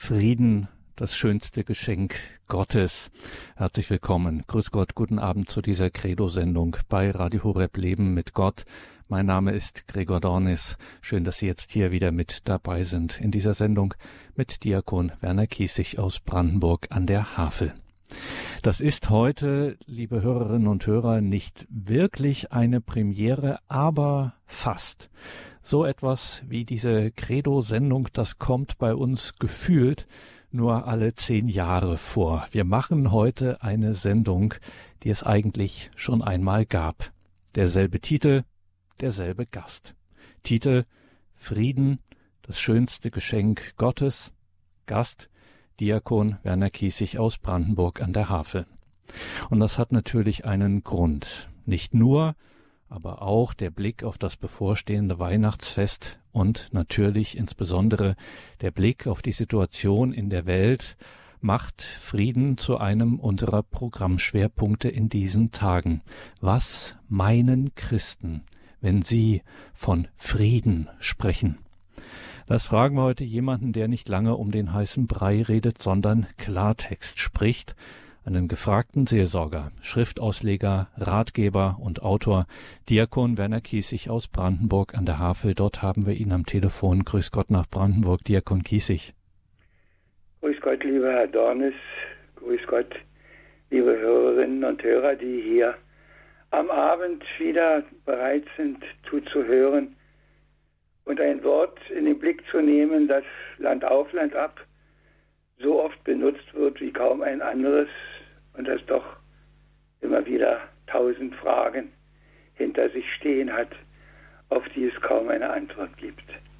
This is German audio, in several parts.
Frieden, das schönste Geschenk Gottes. Herzlich willkommen. Grüß Gott, guten Abend zu dieser Credo-Sendung bei Radio Horeb Leben mit Gott. Mein Name ist Gregor Dornis. Schön, dass Sie jetzt hier wieder mit dabei sind in dieser Sendung mit Diakon Werner Kiesig aus Brandenburg an der Havel. Das ist heute, liebe Hörerinnen und Hörer, nicht wirklich eine Premiere, aber fast. So etwas wie diese Credo-Sendung, das kommt bei uns gefühlt nur alle 10 Jahre vor. Wir machen heute eine Sendung, die es eigentlich schon einmal gab. Derselbe Titel, derselbe Gast. Titel: Frieden, das schönste Geschenk Gottes. Gast: Diakon Werner Kiesig aus Brandenburg an der Havel. Und das hat natürlich einen Grund. Nicht nur, aber auch der Blick auf das bevorstehende Weihnachtsfest und natürlich insbesondere der Blick auf die Situation in der Welt macht Frieden zu einem unserer Programmschwerpunkte in diesen Tagen. Was meinen Christen, wenn sie von Frieden sprechen? Das fragen wir heute jemanden, der nicht lange um den heißen Brei redet, sondern Klartext spricht. Einen gefragten Seelsorger, Schriftausleger, Ratgeber und Autor, Diakon Werner Kiesig aus Brandenburg an der Havel. Dort haben wir ihn am Telefon. Grüß Gott nach Brandenburg, Diakon Kiesig. Grüß Gott, lieber Herr Dornis. Grüß Gott, liebe Hörerinnen und Hörer, die hier am Abend wieder bereit sind, zuzuhören und ein Wort in den Blick zu nehmen, das Land auf, Land ab so oft benutzt wird wie kaum ein anderes und das doch immer wieder 1000 Fragen hinter sich stehen hat, auf die es kaum eine Antwort gibt.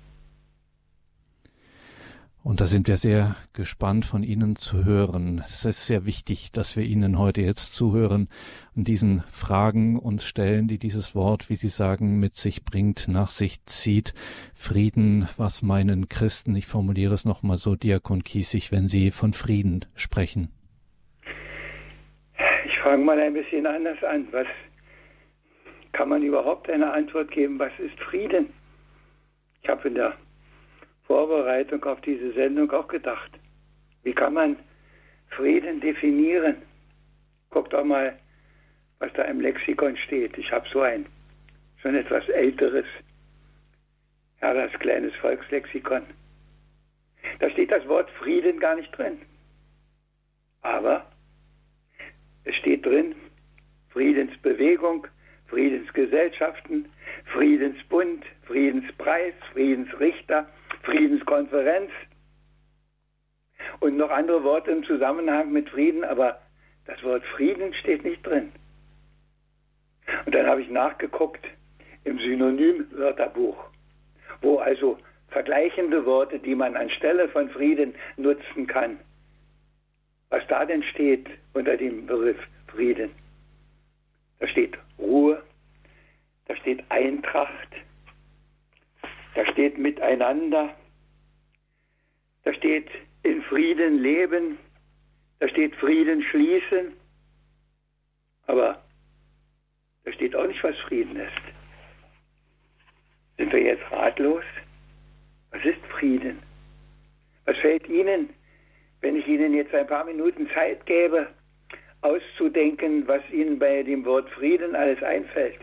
Und da sind wir sehr gespannt, von Ihnen zu hören. Es ist sehr wichtig, dass wir Ihnen heute jetzt zuhören und diesen Fragen uns stellen, die dieses Wort, wie Sie sagen, mit sich bringt, nach sich zieht. Frieden, was meinen Christen? Ich formuliere es nochmal so, Diakon Kiesig, wenn Sie von Frieden sprechen. Ich fange mal ein bisschen anders an. Was kann man überhaupt eine Antwort geben? Was ist Frieden? Ich habe in der Vorbereitung auf diese Sendung auch gedacht, wie kann man Frieden definieren? Guckt doch mal, was da im Lexikon steht. Ich habe so ein schon etwas älteres, das kleines Volkslexikon. Da steht das Wort Frieden gar nicht drin. Aber es steht drin Friedensbewegung, Friedensgesellschaften, Friedensbund, Friedenspreis, Friedensrichter, Friedenskonferenz und noch andere Worte im Zusammenhang mit Frieden, aber das Wort Frieden steht nicht drin. Und dann habe ich nachgeguckt im Synonymwörterbuch, wo also vergleichende Worte, die man anstelle von Frieden nutzen kann, was da denn steht unter dem Begriff Frieden. Da steht Ruhe, da steht Eintracht, da steht Miteinander, da steht in Frieden leben, da steht Frieden schließen, aber da steht auch nicht, was Frieden ist. Sind wir jetzt ratlos? Was ist Frieden? Was fällt Ihnen, wenn ich Ihnen jetzt ein paar Minuten Zeit gäbe, auszudenken, was Ihnen bei dem Wort Frieden alles einfällt?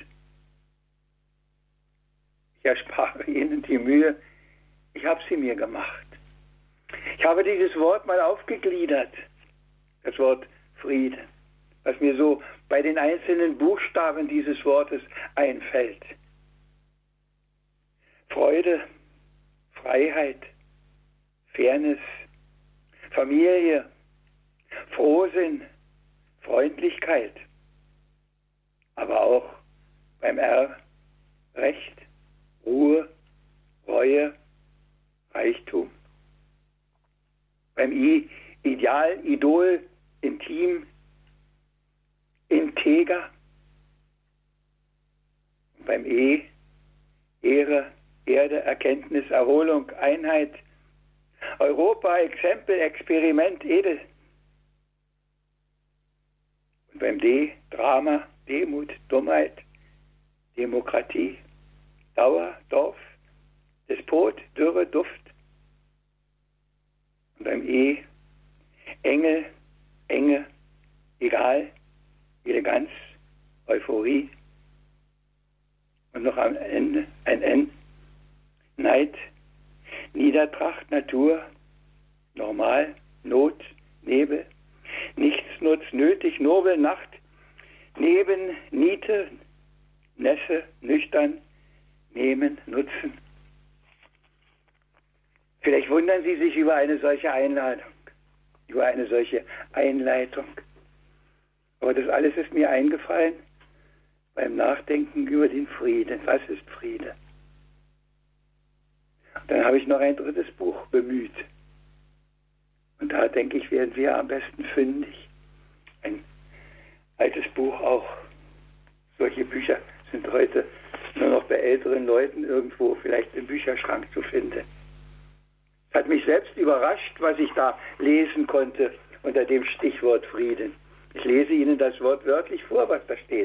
Ich erspare Ihnen die Mühe, ich habe sie mir gemacht. Ich habe dieses Wort mal aufgegliedert, das Wort Frieden, was mir so bei den einzelnen Buchstaben dieses Wortes einfällt. Freude, Freiheit, Fairness, Familie, Frohsinn, Freundlichkeit, aber auch beim R Recht, Ruhe, Reue, Reichtum. Beim I Ideal, Idol, Intim, Integer. Beim E Ehre, Erde, Erkenntnis, Erholung, Einheit, Europa, Exempel, Experiment, edel. Und beim D Drama, Demut, Dummheit, Demokratie, Dauer, Dorf, Despot, Dürre, Duft. Und beim E, Engel, Enge, egal, Eleganz, Euphorie. Und noch am Ende ein N, Neid, Niedertracht, Natur, normal, Not, Nebel, Nichtsnutz, nötig, nobel, Nacht, Neben, Niete, Nässe, nüchtern, nehmen, nutzen. Vielleicht wundern Sie sich über eine solche Einladung, über eine solche Einleitung. Aber das alles ist mir eingefallen beim Nachdenken über den Frieden. Was ist Friede? Dann habe ich noch ein drittes Buch bemüht. Und da, denke ich, werden wir am besten fündig. Ein altes Buch auch. Solche Bücher sind heute nur noch bei älteren Leuten irgendwo vielleicht im Bücherschrank zu finden. Es hat mich selbst überrascht, was ich da lesen konnte unter dem Stichwort Frieden. Ich lese Ihnen das Wort wörtlich vor, was da steht.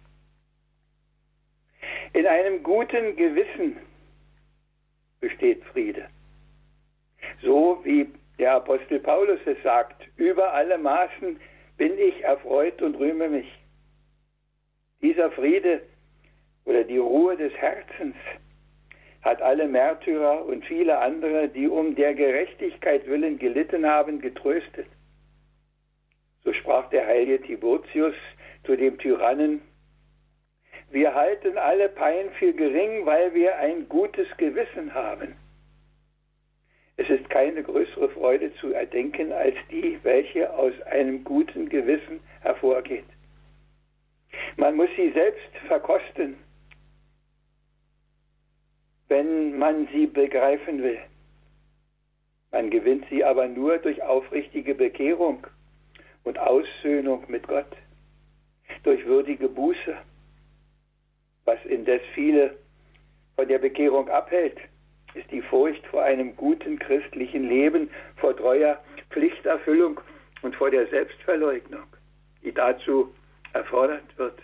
In einem guten Gewissen besteht Friede. So wie der Apostel Paulus es sagt, über alle Maßen bin ich erfreut und rühme mich. Dieser Friede oder die Ruhe des Herzens hat alle Märtyrer und viele andere, die um der Gerechtigkeit willen gelitten haben, getröstet. So sprach der heilige Tiberius zu dem Tyrannen: Wir halten alle Pein für gering, weil wir ein gutes Gewissen haben. Es ist keine größere Freude zu erdenken als die, welche aus einem guten Gewissen hervorgeht. Man muss sie selbst verkosten, wenn man sie begreifen will. Man gewinnt sie aber nur durch aufrichtige Bekehrung und Aussöhnung mit Gott, durch würdige Buße. Was indes viele von der Bekehrung abhält, ist die Furcht vor einem guten christlichen Leben, vor treuer Pflichterfüllung und vor der Selbstverleugnung, die dazu erfordert wird.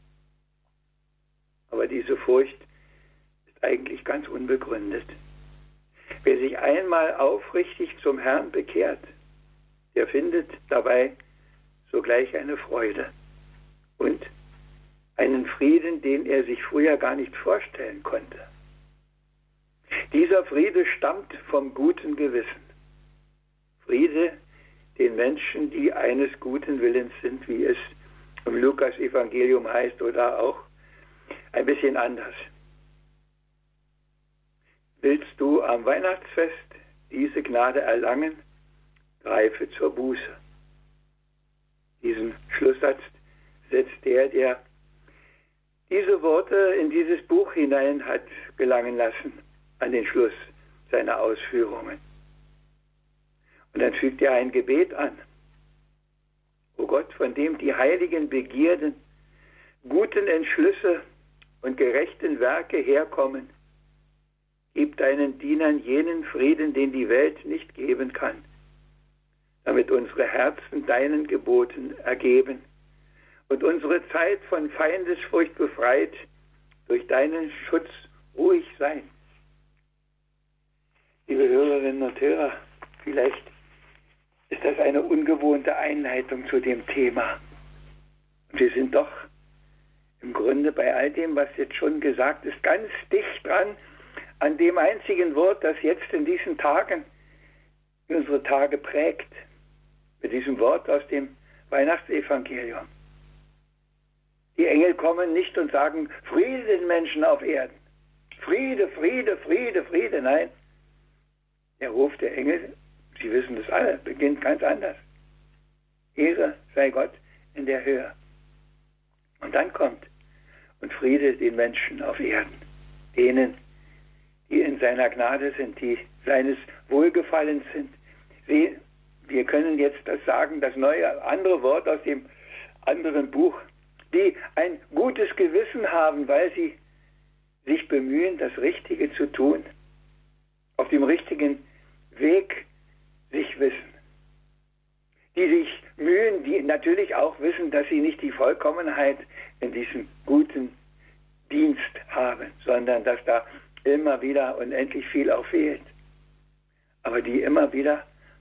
Aber diese Furcht ist eigentlich ganz unbegründet. Wer sich einmal aufrichtig zum Herrn bekehrt, der findet dabei sogleich eine Freude und einen Frieden, den er sich früher gar nicht vorstellen konnte. Dieser Friede stammt vom guten Gewissen. Friede den Menschen, die eines guten Willens sind, wie es im Lukas-Evangelium heißt oder auch ein bisschen anders. Willst du am Weihnachtsfest diese Gnade erlangen, greife zur Buße. Diesen Schlusssatz setzt der diese Worte in dieses Buch hinein hat gelangen lassen, an den Schluss seiner Ausführungen. Und dann fügt er ein Gebet an. O Gott, von dem die heiligen Begierden, guten Entschlüsse und gerechten Werke herkommen, gib deinen Dienern jenen Frieden, den die Welt nicht geben kann, damit unsere Herzen deinen Geboten ergeben und unsere Zeit von Feindesfurcht befreit, durch deinen Schutz ruhig sein. Liebe Hörerinnen und Hörer, vielleicht ist das eine ungewohnte Einleitung zu dem Thema. Und wir sind doch im Grunde bei all dem, was jetzt schon gesagt ist, ganz dicht dran an dem einzigen Wort, das jetzt in diesen Tagen unsere Tage prägt. Mit diesem Wort aus dem Weihnachtsevangelium. Die Engel kommen nicht und sagen, Friede den Menschen auf Erden. Friede, Friede, Friede, Friede. Nein, der Ruf der Engel, Sie wissen das alle, beginnt ganz anders. Ehre sei Gott in der Höhe. Und dann kommt, und Friede den Menschen auf Erden. Denen, die in seiner Gnade sind, die seines Wohlgefallens sind. Wir können jetzt das sagen, das neue, andere Wort aus dem anderen Buch, die ein gutes Gewissen haben, weil sie sich bemühen, das Richtige zu tun, auf dem richtigen Weg sich wissen. Die sich mühen, die natürlich auch wissen, dass sie nicht die Vollkommenheit in diesem guten Dienst haben, sondern dass da immer wieder unendlich viel auch fehlt. Aber die immer wieder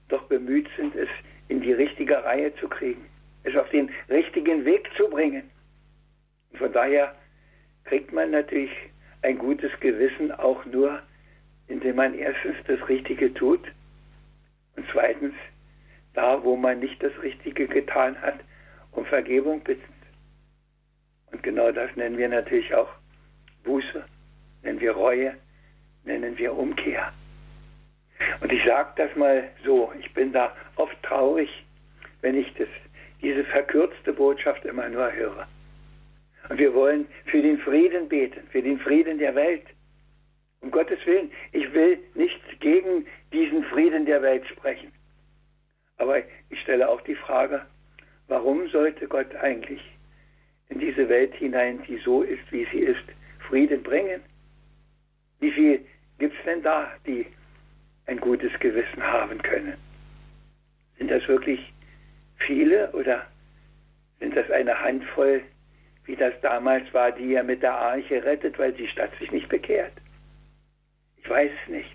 doch bemüht sind, es in die richtige Reihe zu kriegen, es auf den richtigen Weg zu bringen. Und von daher kriegt man natürlich ein gutes Gewissen auch nur, indem man erstens das Richtige tut und zweitens da, wo man nicht das Richtige getan hat, um Vergebung bittet. Und genau das nennen wir natürlich auch Buße, nennen wir Reue, nennen wir Umkehr. Und ich sage das mal so, ich bin da oft traurig, wenn ich diese verkürzte Botschaft immer nur höre. Und wir wollen für den Frieden beten, für den Frieden der Welt. Um Gottes Willen, ich will nichts gegen diesen Frieden der Welt sprechen. Aber ich stelle auch die Frage, warum sollte Gott eigentlich in diese Welt hinein, die so ist, wie sie ist, Frieden bringen? Wie viel gibt es denn da, die ein gutes Gewissen haben können? Sind das wirklich viele oder sind das eine Handvoll, wie das damals war, die er mit der Arche rettet, weil die Stadt sich nicht bekehrt? Ich weiß es nicht.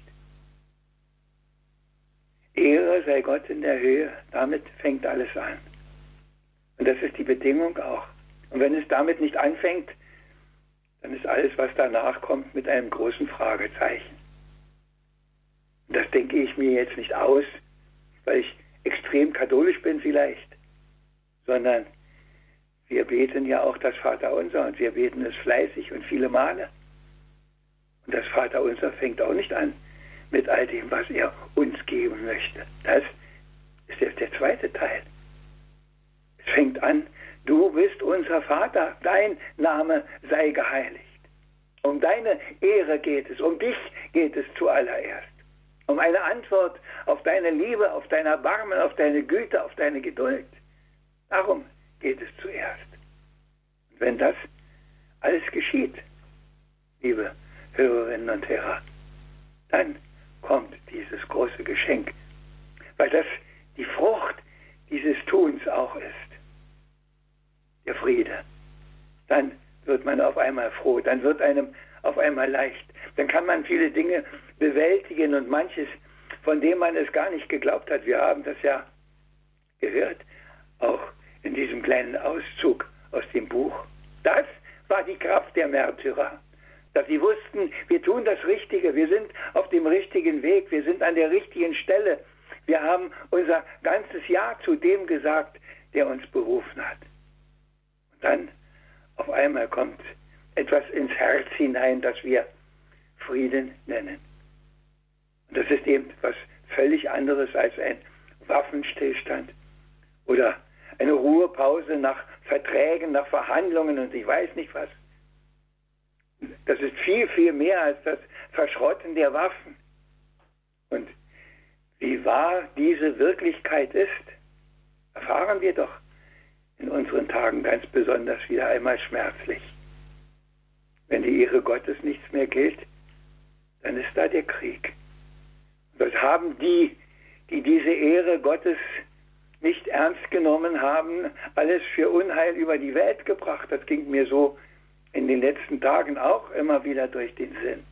Ehre sei Gott in der Höhe, damit fängt alles an. Und das ist die Bedingung auch. Und wenn es damit nicht anfängt, dann ist alles, was danach kommt, mit einem großen Fragezeichen. Und das denke ich mir jetzt nicht aus, weil ich extrem katholisch bin vielleicht, sondern wir beten ja auch das Vaterunser und wir beten es fleißig und viele Male. Und das Vaterunser fängt auch nicht an mit all dem, was er uns geben möchte. Das ist jetzt der zweite Teil. Es fängt an, du bist unser Vater, dein Name sei geheiligt. Um deine Ehre geht es, um dich geht es zuallererst. Um eine Antwort auf deine Liebe, auf dein Erbarmen, auf deine Güte, auf deine Geduld. Darum geht es zuerst. Und wenn das alles geschieht, liebe Hörerinnen und Hörer, dann kommt dieses große Geschenk, weil das die Frucht dieses Tuns auch ist. Der Friede. Dann wird man auf einmal froh, dann wird einem auf einmal leicht. Dann kann man viele Dinge bewältigen und manches, von dem man es gar nicht geglaubt hat. Wir haben das ja gehört, auch in diesem kleinen Auszug aus dem Buch. Das war die Kraft der Märtyrer. Dass sie wussten, wir tun das Richtige, wir sind auf dem richtigen Weg, wir sind an der richtigen Stelle. Wir haben unser ganzes Ja zu dem gesagt, der uns berufen hat. Und dann auf einmal kommt etwas ins Herz hinein, das wir Frieden nennen. Und das ist eben was völlig anderes als ein Waffenstillstand oder eine Ruhepause nach Verträgen, nach Verhandlungen und ich weiß nicht was. Das ist viel, viel mehr als das Verschrotten der Waffen. Und wie wahr diese Wirklichkeit ist, erfahren wir doch in unseren Tagen ganz besonders wieder einmal schmerzlich. Wenn die Ehre Gottes nichts mehr gilt, dann ist da der Krieg. Das haben die diese Ehre Gottes nicht ernst genommen haben, alles für Unheil über die Welt gebracht. Das ging mir so in den letzten Tagen auch immer wieder durch den Sinn.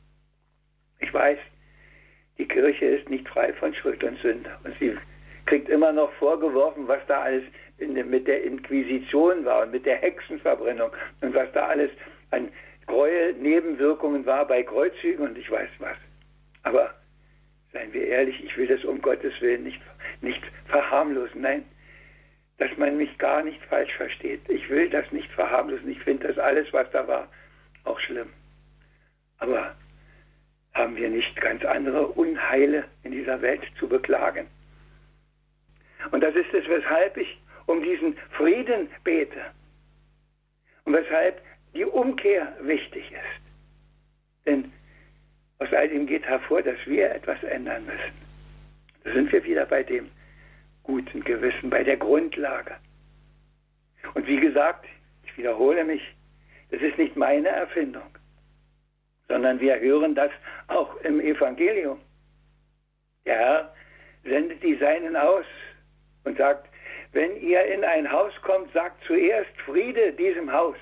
Ich weiß, die Kirche ist nicht frei von Schuld und Sünde. Und sie kriegt immer noch vorgeworfen, was da alles mit der Inquisition war und mit der Hexenverbrennung und was da alles an Gräuel, Nebenwirkungen war bei Kreuzzügen und ich weiß was. Aber seien wir ehrlich, ich will das um Gottes Willen nicht verharmlosen. Nein, dass man mich gar nicht falsch versteht. Ich will das nicht verharmlosen. Ich finde das alles, was da war, auch schlimm. Aber haben wir nicht ganz andere Unheile in dieser Welt zu beklagen? Und das ist es, weshalb ich um diesen Frieden bete. Und weshalb die Umkehr wichtig ist. Denn aus all dem geht hervor, dass wir etwas ändern müssen. Da sind wir wieder bei dem guten Gewissen, bei der Grundlage. Und wie gesagt, ich wiederhole mich, das ist nicht meine Erfindung, sondern wir hören das auch im Evangelium. Der Herr sendet die Seinen aus und sagt, wenn ihr in ein Haus kommt, sagt zuerst Friede diesem Haus.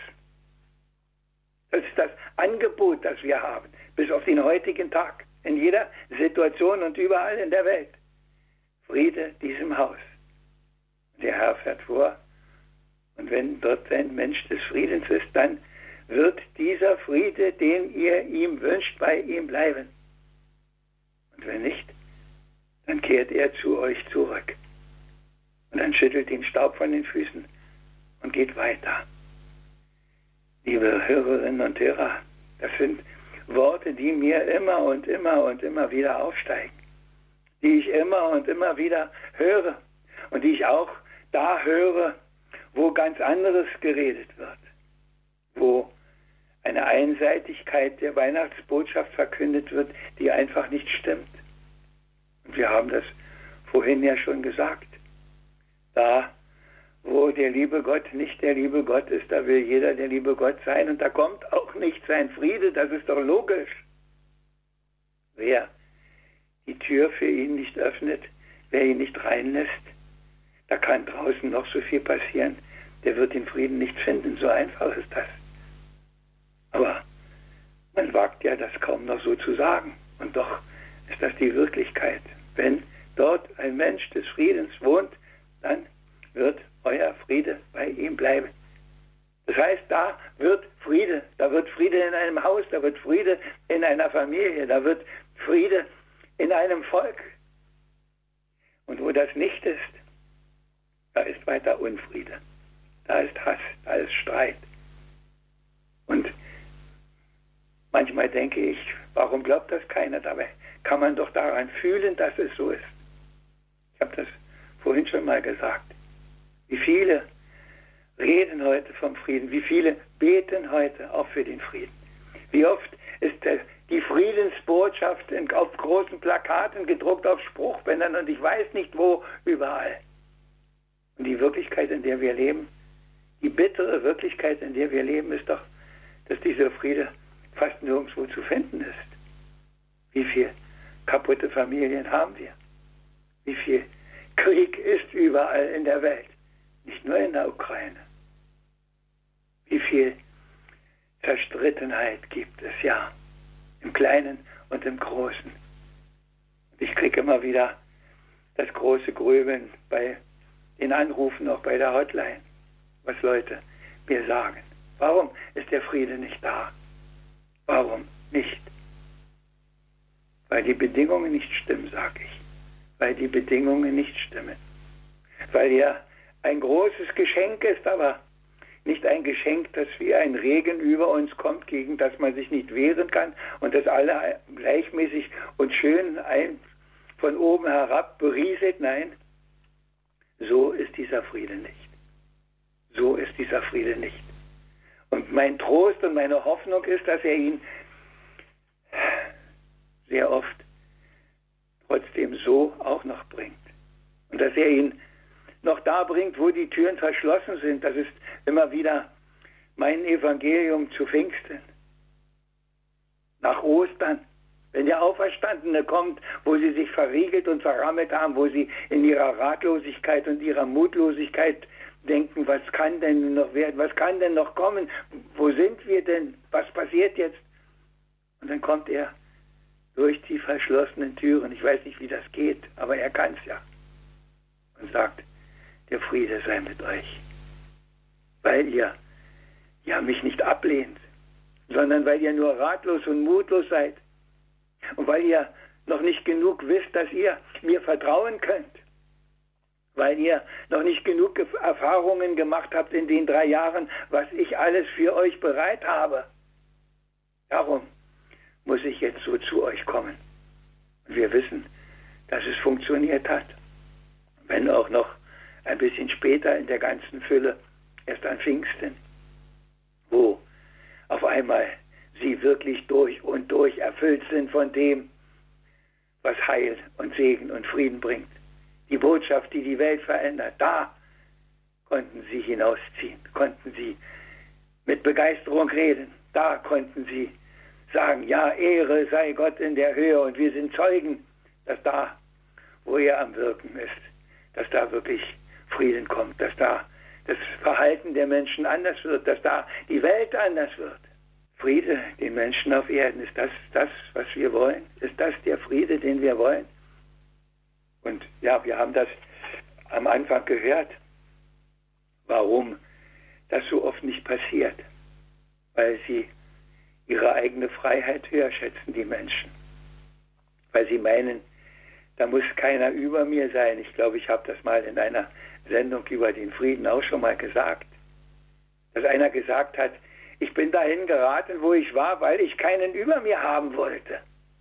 Das ist das Angebot, das wir haben, bis auf den heutigen Tag, in jeder Situation und überall in der Welt. Friede diesem Haus. Der Herr fährt vor, und wenn dort ein Mensch des Friedens ist, dann wird dieser Friede, den ihr ihm wünscht, bei ihm bleiben. Und wenn nicht, dann kehrt er zu euch zurück. Und dann schüttelt den Staub von den Füßen und geht weiter. Liebe Hörerinnen und Hörer, das sind Worte, die mir immer und immer und immer wieder aufsteigen, die ich immer und immer wieder höre und die ich auch da höre, wo ganz anderes geredet wird, wo eine Einseitigkeit der Weihnachtsbotschaft verkündet wird, die einfach nicht stimmt. Und wir haben das vorhin ja schon gesagt. Da, wo der liebe Gott nicht der liebe Gott ist, da will jeder der liebe Gott sein und da kommt auch nicht sein Friede, das ist doch logisch. Wer die Tür für ihn nicht öffnet, wer ihn nicht reinlässt, da kann draußen noch so viel passieren, der wird den Frieden nicht finden, so einfach ist das. Aber man wagt ja das kaum noch so zu sagen und doch ist das die Wirklichkeit. Wenn dort ein Mensch des Friedens wohnt, dann wird euer Friede bei ihm bleiben. Das heißt, da wird Friede in einem Haus, da wird Friede in einer Familie, da wird Friede in einem Volk. Und wo das nicht ist, da ist weiter Unfriede, da ist Hass, da ist Streit. Und manchmal denke ich, warum glaubt das keiner? Dabei kann man doch daran fühlen, dass es so ist. Ich habe das vorhin schon mal gesagt. Wie viele reden heute vom Frieden? Wie viele beten heute auch für den Frieden? Wie oft ist die Friedensbotschaft auf großen Plakaten gedruckt, auf Spruchbändern und ich weiß nicht wo, überall. Und die Wirklichkeit, in der wir leben, die bittere Wirklichkeit, in der wir leben, ist doch, dass dieser Friede fast nirgendwo zu finden ist. Wie viele kaputte Familien haben wir? Wie viel Krieg ist überall in der Welt? Nicht nur in der Ukraine. Wie viel Zerstrittenheit gibt es ja im Kleinen und im Großen. Und ich kriege immer wieder das große Grübeln bei den Anrufen, auch bei der Hotline, was Leute mir sagen. Warum ist der Friede nicht da? Warum nicht? Weil die Bedingungen nicht stimmen, sage ich. Weil die Bedingungen nicht stimmen. Weil ja ein großes Geschenk ist, aber nicht ein Geschenk, das wie ein Regen über uns kommt, gegen das man sich nicht wehren kann und das alle gleichmäßig und schön von oben herab berieselt. Nein, so ist dieser Friede nicht. So ist dieser Friede nicht. Und mein Trost und meine Hoffnung ist, dass er ihn sehr oft trotzdem so auch noch bringt. Und dass er ihn noch da bringt, wo die Türen verschlossen sind. Das ist immer wieder mein Evangelium zu Pfingsten. Nach Ostern, wenn der Auferstandene kommt, wo sie sich verriegelt und verrammelt haben, wo sie in ihrer Ratlosigkeit und ihrer Mutlosigkeit denken, was kann denn noch werden, was kann denn noch kommen, wo sind wir denn, was passiert jetzt? Und dann kommt er durch die verschlossenen Türen, ich weiß nicht, wie das geht, aber er kann es ja, und sagt, der Friede sei mit euch. Weil ihr ja mich nicht ablehnt, sondern weil ihr nur ratlos und mutlos seid. Und weil ihr noch nicht genug wisst, dass ihr mir vertrauen könnt. Weil ihr noch nicht genug Erfahrungen gemacht habt in den 3 Jahren, was ich alles für euch bereit habe. Darum muss ich jetzt so zu euch kommen. Und wir wissen, dass es funktioniert hat. Wenn auch noch ein bisschen später in der ganzen Fülle, erst an Pfingsten, wo auf einmal sie wirklich durch und durch erfüllt sind von dem, was Heil und Segen und Frieden bringt. Die Botschaft, die die Welt verändert, da konnten sie hinausziehen, konnten sie mit Begeisterung reden, da konnten sie sagen, ja, Ehre sei Gott in der Höhe und wir sind Zeugen, dass da, wo er am Wirken ist, dass da wirklich Frieden kommt, dass da das Verhalten der Menschen anders wird, dass da die Welt anders wird. Friede den Menschen auf Erden, ist das, was wir wollen? Ist das der Friede, den wir wollen? Und ja, wir haben das am Anfang gehört, warum das so oft nicht passiert. Weil sie ihre eigene Freiheit höher schätzen, die Menschen. Weil sie meinen, da muss keiner über mir sein. Ich glaube, ich habe das mal in einer Sendung über den Frieden auch schon mal gesagt. Dass einer gesagt hat, ich bin dahin geraten, wo ich war, weil ich keinen über mir haben wollte.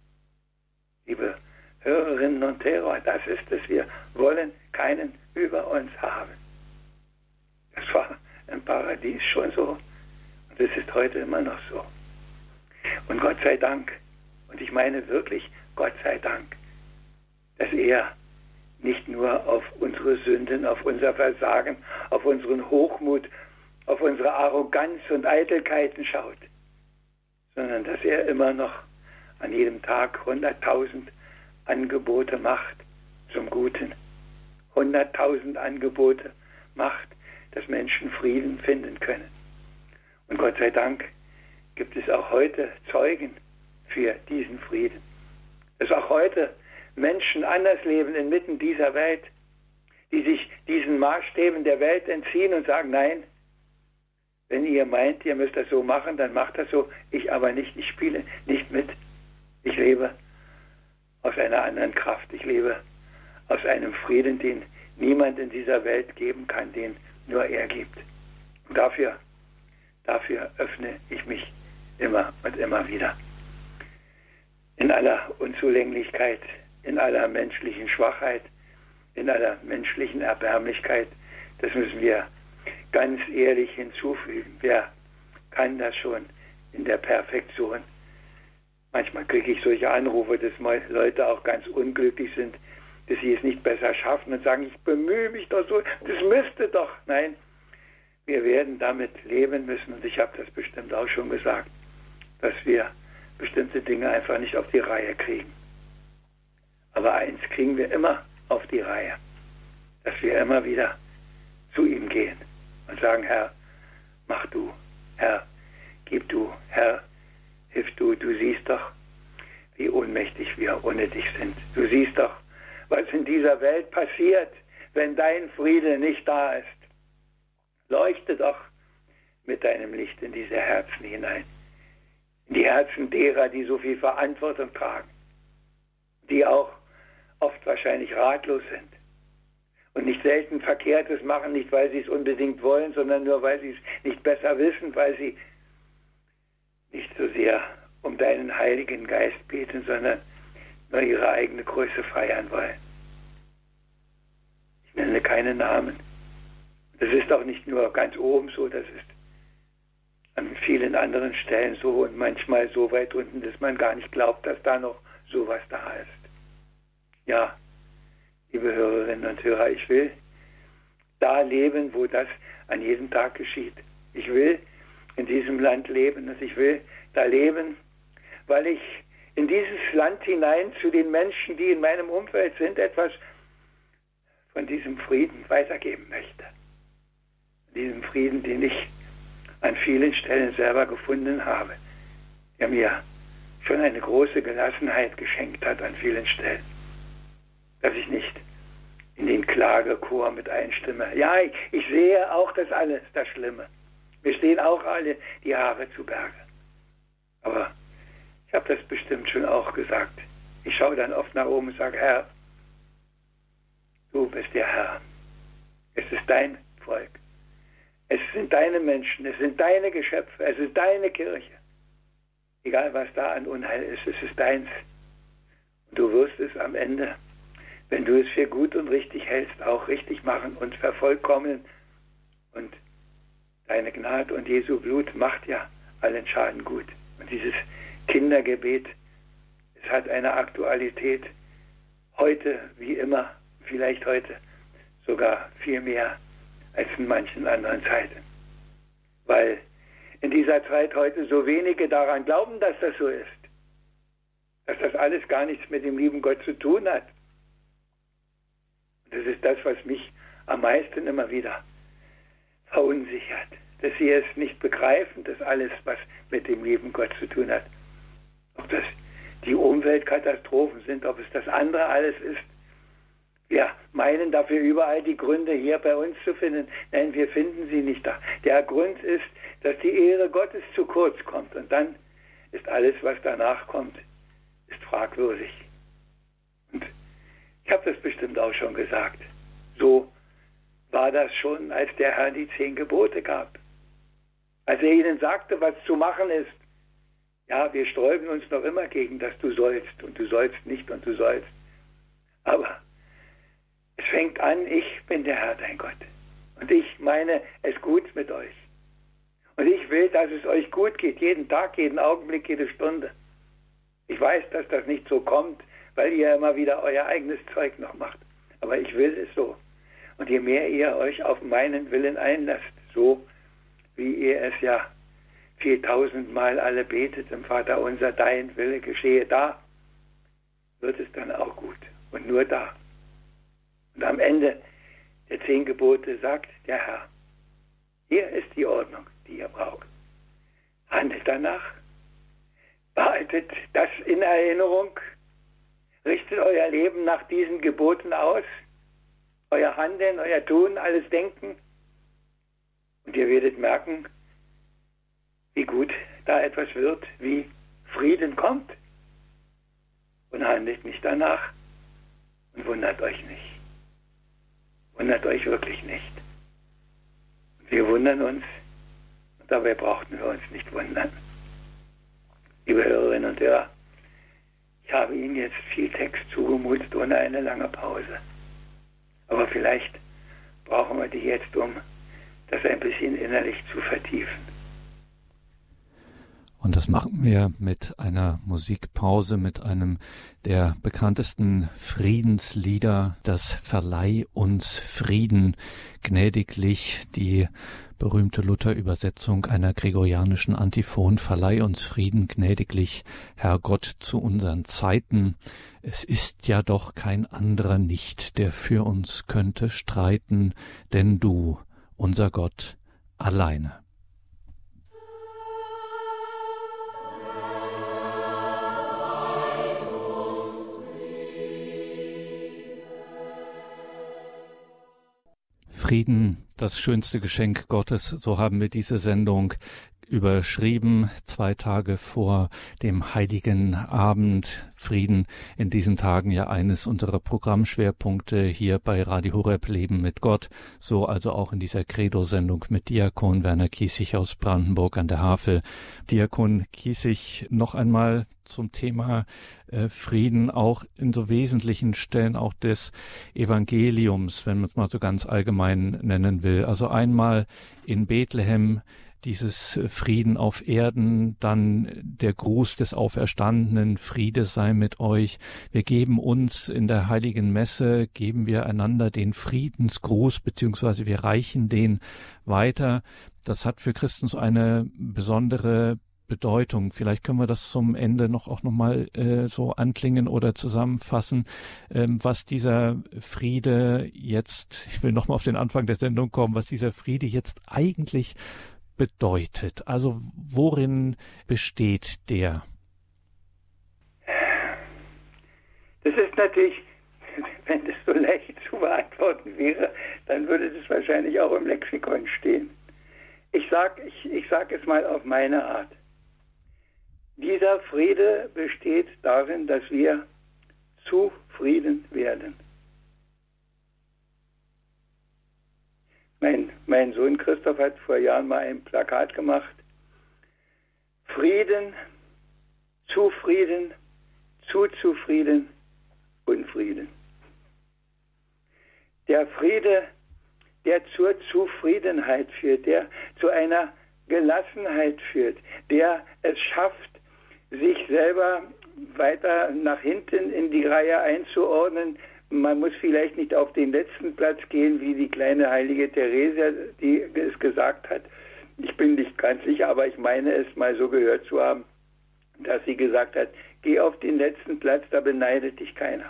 Liebe Hörerinnen und Hörer, das ist es. Wir wollen keinen über uns haben. Das war im Paradies schon so und es ist heute immer noch so. Und Gott sei Dank, und ich meine wirklich Gott sei Dank, dass er nicht nur auf unsere Sünden, auf unser Versagen, auf unseren Hochmut, auf unsere Arroganz und Eitelkeiten schaut, sondern dass er immer noch an jedem Tag 100.000 Angebote macht zum Guten. 100.000 Angebote macht, dass Menschen Frieden finden können. Und Gott sei Dank gibt es auch heute Zeugen für diesen Frieden. Dass auch heute Menschen anders leben inmitten dieser Welt, die sich diesen Maßstäben der Welt entziehen und sagen, nein, wenn ihr meint, ihr müsst das so machen, dann macht das so, ich aber nicht, ich spiele nicht mit. Ich lebe aus einer anderen Kraft, ich lebe aus einem Frieden, den niemand in dieser Welt geben kann, den nur er gibt. Und dafür öffne ich mich immer und immer wieder. In aller Unzulänglichkeit, in aller menschlichen Schwachheit, in aller menschlichen Erbärmlichkeit, das müssen wir ganz ehrlich hinzufügen. Wer kann das schon in der Perfektion? Manchmal kriege ich solche Anrufe, dass Leute auch ganz unglücklich sind, dass sie es nicht besser schaffen und sagen, ich bemühe mich doch so, das müsste doch. Nein, wir werden damit leben müssen und ich habe das bestimmt auch schon gesagt, dass wir bestimmte Dinge einfach nicht auf die Reihe kriegen. Aber eins kriegen wir immer auf die Reihe, dass wir immer wieder zu ihm gehen und sagen, Herr, mach du, Herr, gib du, Herr, hilf du, du siehst doch, wie ohnmächtig wir ohne dich sind. Du siehst doch, was in dieser Welt passiert, wenn dein Friede nicht da ist. Leuchte doch mit deinem Licht in diese Herzen hinein, in die Herzen derer, die so viel Verantwortung tragen, die auch oft wahrscheinlich ratlos sind und nicht selten Verkehrtes machen, nicht weil sie es unbedingt wollen, sondern nur weil sie es nicht besser wissen, weil sie nicht so sehr um deinen Heiligen Geist beten, sondern nur ihre eigene Größe feiern wollen. Ich nenne keine Namen. Das ist auch nicht nur ganz oben so, das ist an vielen anderen Stellen so und manchmal so weit unten, dass man gar nicht glaubt, dass da noch sowas da ist. Ja, liebe Hörerinnen und Hörer, ich will da leben, wo das an jedem Tag geschieht. Ich will in diesem Land leben und ich will da leben, weil ich in dieses Land hinein zu den Menschen, die in meinem Umfeld sind, etwas von diesem Frieden weitergeben möchte. Diesem Frieden, den ich an vielen Stellen selber gefunden habe, der mir schon eine große Gelassenheit geschenkt hat an vielen Stellen. Dass ich nicht in den Klagechor mit einstimme. Ja, ich sehe auch das alles, das Schlimme. Mir stehen auch alle die Haare zu Berge. Aber ich habe das bestimmt schon auch gesagt. Ich schaue dann oft nach oben und sage, Herr, du bist der Herr. Es ist dein Volk. Es sind deine Menschen, es sind deine Geschöpfe, es ist deine Kirche. Egal, was da an Unheil ist, es ist deins. Und du wirst es am Ende, wenn du es für gut und richtig hältst, auch richtig machen und vervollkommnen. Und deine Gnade und Jesu Blut macht ja allen Schaden gut. Und dieses Kindergebet, es hat eine Aktualität heute wie immer, vielleicht heute sogar viel mehr als in manchen anderen Zeiten. Weil in dieser Zeit heute so wenige daran glauben, dass das so ist. Dass das alles gar nichts mit dem lieben Gott zu tun hat. Und das ist das, was mich am meisten immer wieder verunsichert. Dass sie es nicht begreifen, dass alles, was mit dem lieben Gott zu tun hat, ob das die Umweltkatastrophen sind, ob es das andere alles ist, Wir meinen dafür überall die Gründe hier bei uns zu finden. Nein, wir finden sie nicht da. Der Grund ist, dass die Ehre Gottes zu kurz kommt. Und dann ist alles, was danach kommt, ist fragwürdig. Und ich habe das bestimmt auch schon gesagt. So war das schon, als der Herr die 10 Gebote gab. Als er ihnen sagte, was zu machen ist. Ja, wir sträuben uns noch immer gegen, dass du sollst und du sollst nicht und du sollst. Aber es fängt an, ich bin der Herr, dein Gott. Und ich meine es gut mit euch. Und ich will, dass es euch gut geht, jeden Tag, jeden Augenblick, jede Stunde. Ich weiß, dass das nicht so kommt, weil ihr immer wieder euer eigenes Zeug noch macht. Aber ich will es so. Und je mehr ihr euch auf meinen Willen einlasst, so wie ihr es ja 4000 Mal alle betet, im Vater unser, dein Wille geschehe da, wird es dann auch gut. Und nur da. Und am Ende der 10 Gebote sagt der Herr, hier ist die Ordnung, die ihr braucht. Handelt danach. Behaltet das in Erinnerung. Richtet euer Leben nach diesen Geboten aus. Euer Handeln, euer Tun, alles Denken. Und ihr werdet merken, wie gut da etwas wird, wie Frieden kommt. Und handelt nicht danach und wundert euch nicht. Wundert euch wirklich nicht. Und wir wundern uns und dabei brauchten wir uns nicht wundern. Liebe Hörerinnen und Hörer, ich habe Ihnen jetzt viel Text zugemutet ohne eine lange Pause. Aber vielleicht brauchen wir die jetzt, um das ein bisschen innerlich zu vertiefen. Und das machen wir mit einer Musikpause, mit einem der bekanntesten Friedenslieder, das Verleih uns Frieden, gnädiglich, die berühmte Luther-Übersetzung einer gregorianischen Antiphon, Verleih uns Frieden, gnädiglich, Herr Gott, zu unseren Zeiten. Es ist ja doch kein anderer nicht, der für uns könnte streiten, denn du, unser Gott, alleine. Frieden, das schönste Geschenk Gottes, so haben wir diese Sendung überschrieben, 2 Tage vor dem Heiligen Abend. Frieden in diesen Tagen ja eines unserer Programmschwerpunkte hier bei Radio Horeb Leben mit Gott, so also auch in dieser Credo-Sendung mit Diakon Werner Kiesig aus Brandenburg an der Havel. Diakon Kiesig, noch einmal zum Thema Frieden, auch in so wesentlichen Stellen auch des Evangeliums, wenn man es mal so ganz allgemein nennen will. Also einmal in Bethlehem dieses Frieden auf Erden, dann der Gruß des Auferstandenen, Friede sei mit euch. Wir geben uns in der Heiligen Messe, geben wir einander den Friedensgruß, beziehungsweise wir reichen den weiter. Das hat für Christen so eine besondere Bedeutung. Vielleicht können wir das zum Ende noch mal so anklingen oder zusammenfassen, was dieser Friede jetzt, ich will noch mal auf den Anfang der Sendung kommen, was dieser Friede jetzt eigentlich bedeutet. Also worin besteht der? Das ist natürlich, wenn das so leicht zu beantworten wäre, dann würde das wahrscheinlich auch im Lexikon stehen. Ich sag es mal auf meine Art. Dieser Friede besteht darin, dass wir zufrieden werden. Mein Sohn Christoph hat vor Jahren mal ein Plakat gemacht. Frieden, zufrieden, zu zufrieden, Unfrieden. Der Friede, der zur Zufriedenheit führt, der zu einer Gelassenheit führt, der es schafft, sich selber weiter nach hinten in die Reihe einzuordnen. Man muss vielleicht nicht auf den letzten Platz gehen, wie die kleine heilige Theresia, die es gesagt hat. Ich bin nicht ganz sicher, aber ich meine es mal so gehört zu haben, dass sie gesagt hat, geh auf den letzten Platz, da beneidet dich keiner.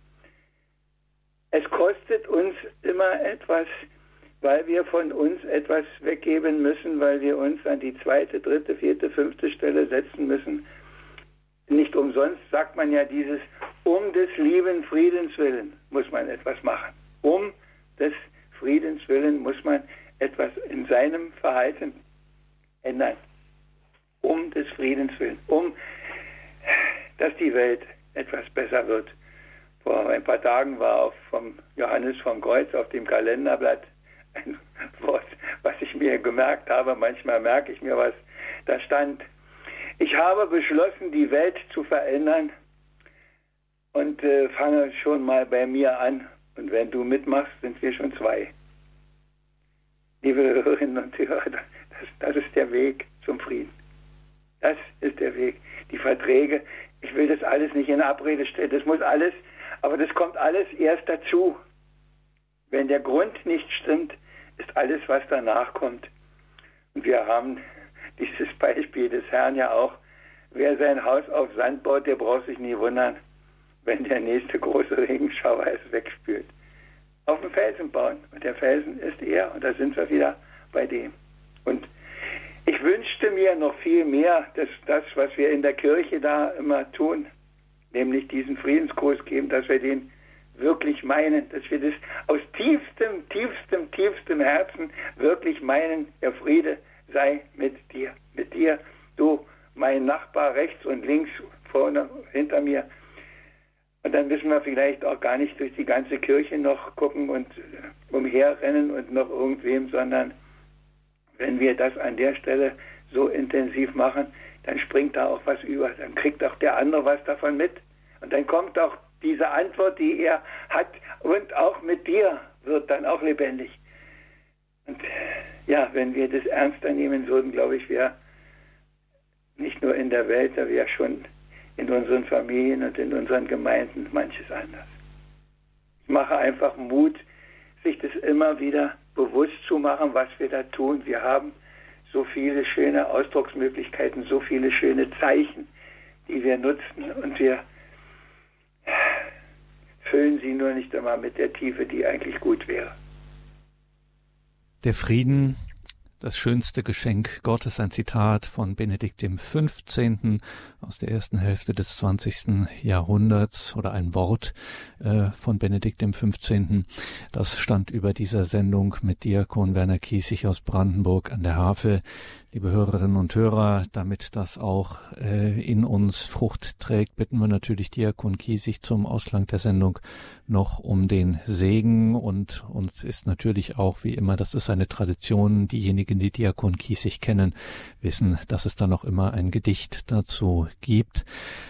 Es kostet uns immer etwas, weil wir von uns etwas weggeben müssen, weil wir uns an die 2., 3., 4., 5. Stelle setzen müssen. Nicht umsonst sagt man ja dieses Um des lieben Friedens willen muss man etwas machen. Um des Friedens willen muss man etwas in seinem Verhalten ändern. Um des Friedens willen. Dass die Welt etwas besser wird. Vor ein paar Tagen war vom Johannes vom Kreuz auf dem Kalenderblatt ein Wort, was ich mir gemerkt habe. Manchmal merke ich mir was. Da stand: Ich habe beschlossen, die Welt zu verändern und fange schon mal bei mir an. Und wenn du mitmachst, sind wir schon 2. Liebe Hörerinnen und Hörer, das ist der Weg zum Frieden. Das ist der Weg. Die Verträge, ich will das alles nicht in Abrede stellen, das muss alles, aber das kommt alles erst dazu. Wenn der Grund nicht stimmt, ist alles, was danach kommt. Und wir haben dieses Beispiel des Herrn ja auch: Wer sein Haus auf Sand baut, der braucht sich nie wundern, wenn der nächste große Regenschauer es wegspült. Auf dem Felsen bauen. Und der Felsen ist er. Und da sind wir wieder bei dem. Und ich wünschte mir noch viel mehr, dass das, was wir in der Kirche da immer tun, nämlich diesen Friedensgruß geben, dass wir den wirklich meinen, dass wir das aus tiefstem Herzen wirklich meinen: Der Friede sei mit dir, du, mein Nachbar rechts und links, vorne, hinter mir. Und dann müssen wir vielleicht auch gar nicht durch die ganze Kirche noch gucken und umherrennen und noch irgendwem, sondern wenn wir das an der Stelle so intensiv machen, dann springt da auch was über. Dann kriegt auch der andere was davon mit. Und dann kommt auch diese Antwort, die er hat, und auch mit dir wird dann auch lebendig. Und ja, wenn wir das ernster nehmen würden, glaube ich, wäre nicht nur in der Welt, da wäre schon in unseren Familien und in unseren Gemeinden manches anders. Ich mache einfach Mut, sich das immer wieder bewusst zu machen, was wir da tun. Wir haben so viele schöne Ausdrucksmöglichkeiten, so viele schöne Zeichen, die wir nutzen, und wir füllen sie nur nicht immer mit der Tiefe, die eigentlich gut wäre. Der Frieden, das schönste Geschenk Gottes, ein Zitat von Benedikt XV. Aus der ersten Hälfte des 20. Jahrhunderts, oder ein Wort von Benedikt XV. Das stand über dieser Sendung mit Diakon Werner Kiesig aus Brandenburg an der Havel. Liebe Hörerinnen und Hörer, damit das auch in uns Frucht trägt, bitten wir natürlich Diakon Kiesig zum Ausklang der Sendung noch um den Segen. Und uns ist natürlich auch, wie immer, das ist eine Tradition, diejenigen, die Diakon Kiesig kennen, wissen, dass es da noch immer ein Gedicht dazu gibt.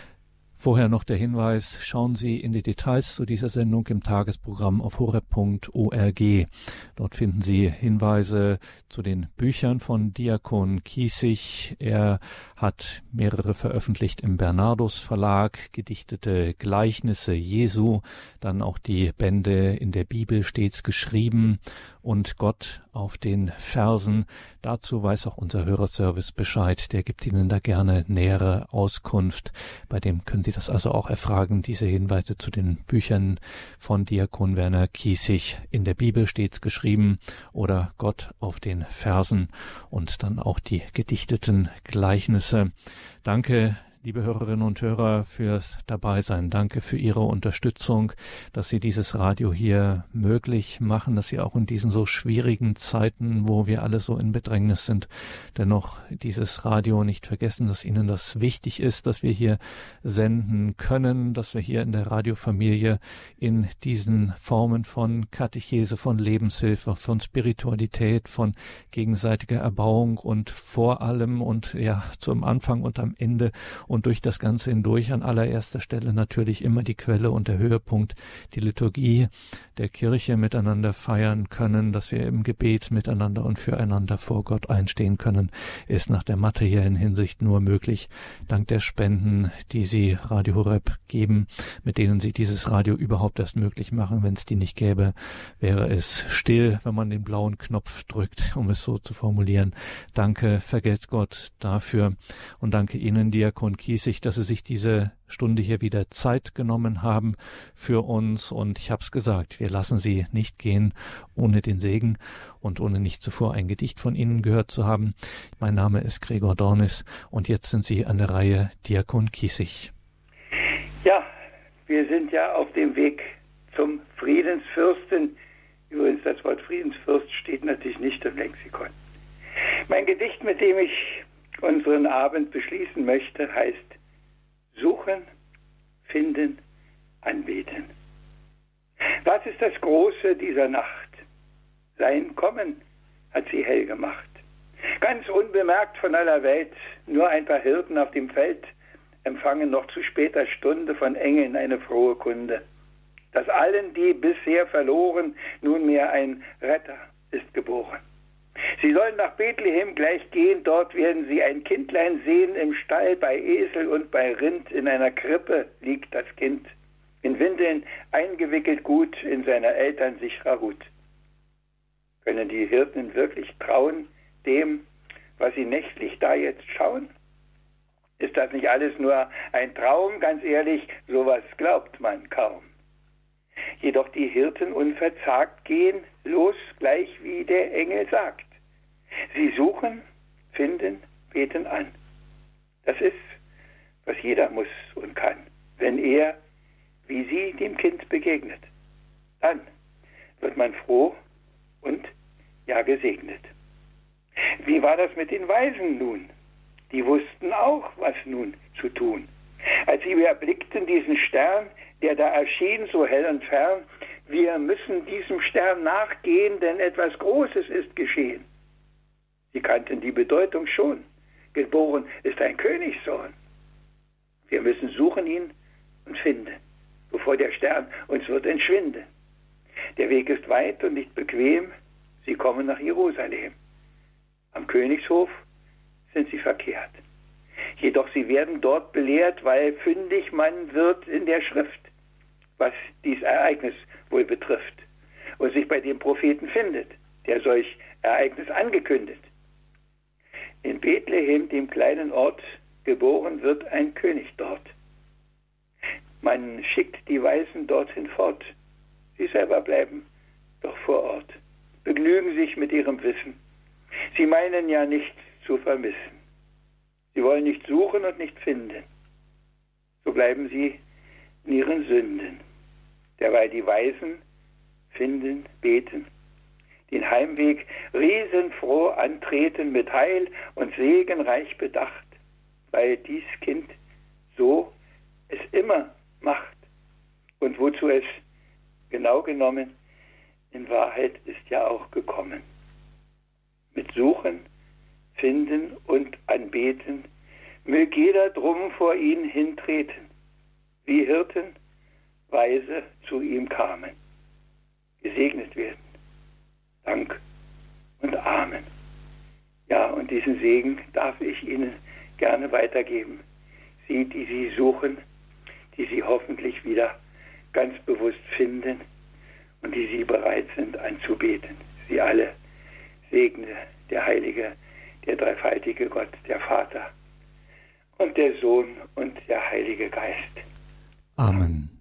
Vorher noch der Hinweis: Schauen Sie in die Details zu dieser Sendung im Tagesprogramm auf horeb.org. Dort finden Sie Hinweise zu den Büchern von Diakon Kiesig. Er hat mehrere veröffentlicht im Bernardus Verlag, gedichtete Gleichnisse Jesu, dann auch die Bände In der Bibel stets geschrieben und Gott auf den Versen. Dazu weiß auch unser Hörerservice Bescheid. Der gibt Ihnen da gerne nähere Auskunft. Bei dem können Sie das also auch erfragen, diese Hinweise zu den Büchern von Diakon Werner Kiesig. In der Bibel stets geschrieben oder Gott auf den Versen, und dann auch die gedichteten Gleichnisse. Danke, liebe Hörerinnen und Hörer, fürs Dabeisein. Danke für Ihre Unterstützung, dass Sie dieses Radio hier möglich machen, dass Sie auch in diesen so schwierigen Zeiten, wo wir alle so in Bedrängnis sind, dennoch dieses Radio nicht vergessen, dass Ihnen das wichtig ist, dass wir hier senden können, dass wir hier in der Radiofamilie in diesen Formen von Katechese, von Lebenshilfe, von Spiritualität, von gegenseitiger Erbauung und vor allem und ja zum Anfang und am Ende und durch das Ganze hindurch an allererster Stelle natürlich immer die Quelle und der Höhepunkt, die Liturgie der Kirche miteinander feiern können, dass wir im Gebet miteinander und füreinander vor Gott einstehen können, ist nach der materiellen Hinsicht nur möglich, dank der Spenden, die Sie Radio Horeb geben, mit denen Sie dieses Radio überhaupt erst möglich machen. Wenn es die nicht gäbe, wäre es still, wenn man den blauen Knopf drückt, um es so zu formulieren. Danke, vergelt's Gott dafür, und danke Ihnen, Diakon Kiesig, dass Sie sich diese Stunde hier wieder Zeit genommen haben für uns. Und ich habe es gesagt, wir lassen Sie nicht gehen ohne den Segen und ohne nicht zuvor ein Gedicht von Ihnen gehört zu haben. Mein Name ist Gregor Dornis und jetzt sind Sie an der Reihe, Diakon Kiesig. Ja, wir sind ja auf dem Weg zum Friedensfürsten. Übrigens, das Wort Friedensfürst steht natürlich nicht im Lexikon. Mein Gedicht, mit dem ich unseren Abend beschließen möchte, heißt Suchen, Finden, Anbeten. Was ist das Große dieser Nacht? Sein Kommen hat sie hell gemacht. Ganz unbemerkt von aller Welt, nur ein paar Hirten auf dem Feld empfangen noch zu später Stunde von Engeln eine frohe Kunde, dass allen, die bisher verloren, nunmehr ein Retter ist geboren. Sie sollen nach Bethlehem gleich gehen, dort werden sie ein Kindlein sehen im Stall, bei Esel und bei Rind, in einer Krippe liegt das Kind, in Windeln eingewickelt gut, in seiner Eltern sicherer Hut. Können die Hirten wirklich trauen dem, was sie nächtlich da jetzt schauen? Ist das nicht alles nur ein Traum? Ganz ehrlich, sowas glaubt man kaum. Jedoch die Hirten unverzagt gehen los, gleich wie der Engel sagt. Sie suchen, finden, beten an. Das ist, was jeder muss und kann, wenn er, wie sie, dem Kind begegnet. Dann wird man froh und ja gesegnet. Wie war das mit den Weisen nun? Die wussten auch, was nun zu tun. Als sie erblickten diesen Stern, der da erschien, so hell und fern, wir müssen diesem Stern nachgehen, denn etwas Großes ist geschehen. Sie kannten die Bedeutung schon. Geboren ist ein Königssohn. Wir müssen suchen ihn und finden, bevor der Stern uns wird entschwinden. Der Weg ist weit und nicht bequem. Sie kommen nach Jerusalem. Am Königshof sind sie verkehrt. Jedoch sie werden dort belehrt, weil fündig man wird in der Schrift, was dies Ereignis wohl betrifft, und sich bei dem Propheten findet, der solch Ereignis angekündigt. In Bethlehem, dem kleinen Ort, geboren wird ein König dort. Man schickt die Weisen dorthin fort. Sie selber bleiben doch vor Ort, begnügen sich mit ihrem Wissen. Sie meinen ja nichts zu vermissen. Sie wollen nicht suchen und nicht finden. So bleiben sie in ihren Sünden. Derweil die Weisen finden, beten, den Heimweg riesenfroh antreten, mit Heil und Segen reich bedacht, weil dies Kind so es immer macht und wozu es genau genommen in Wahrheit ist ja auch gekommen. Mit Suchen, Finden und Anbeten mög jeder drum vor ihn hintreten, wie Hirten weise zu ihm kamen. Gesegnet werden. Dank und Amen. Ja, und diesen Segen darf ich Ihnen gerne weitergeben. Sie, die Sie suchen, die Sie hoffentlich wieder ganz bewusst finden und die Sie bereit sind anzubeten. Sie alle segne der Heilige, der dreifaltige Gott, der Vater und der Sohn und der Heilige Geist. Amen.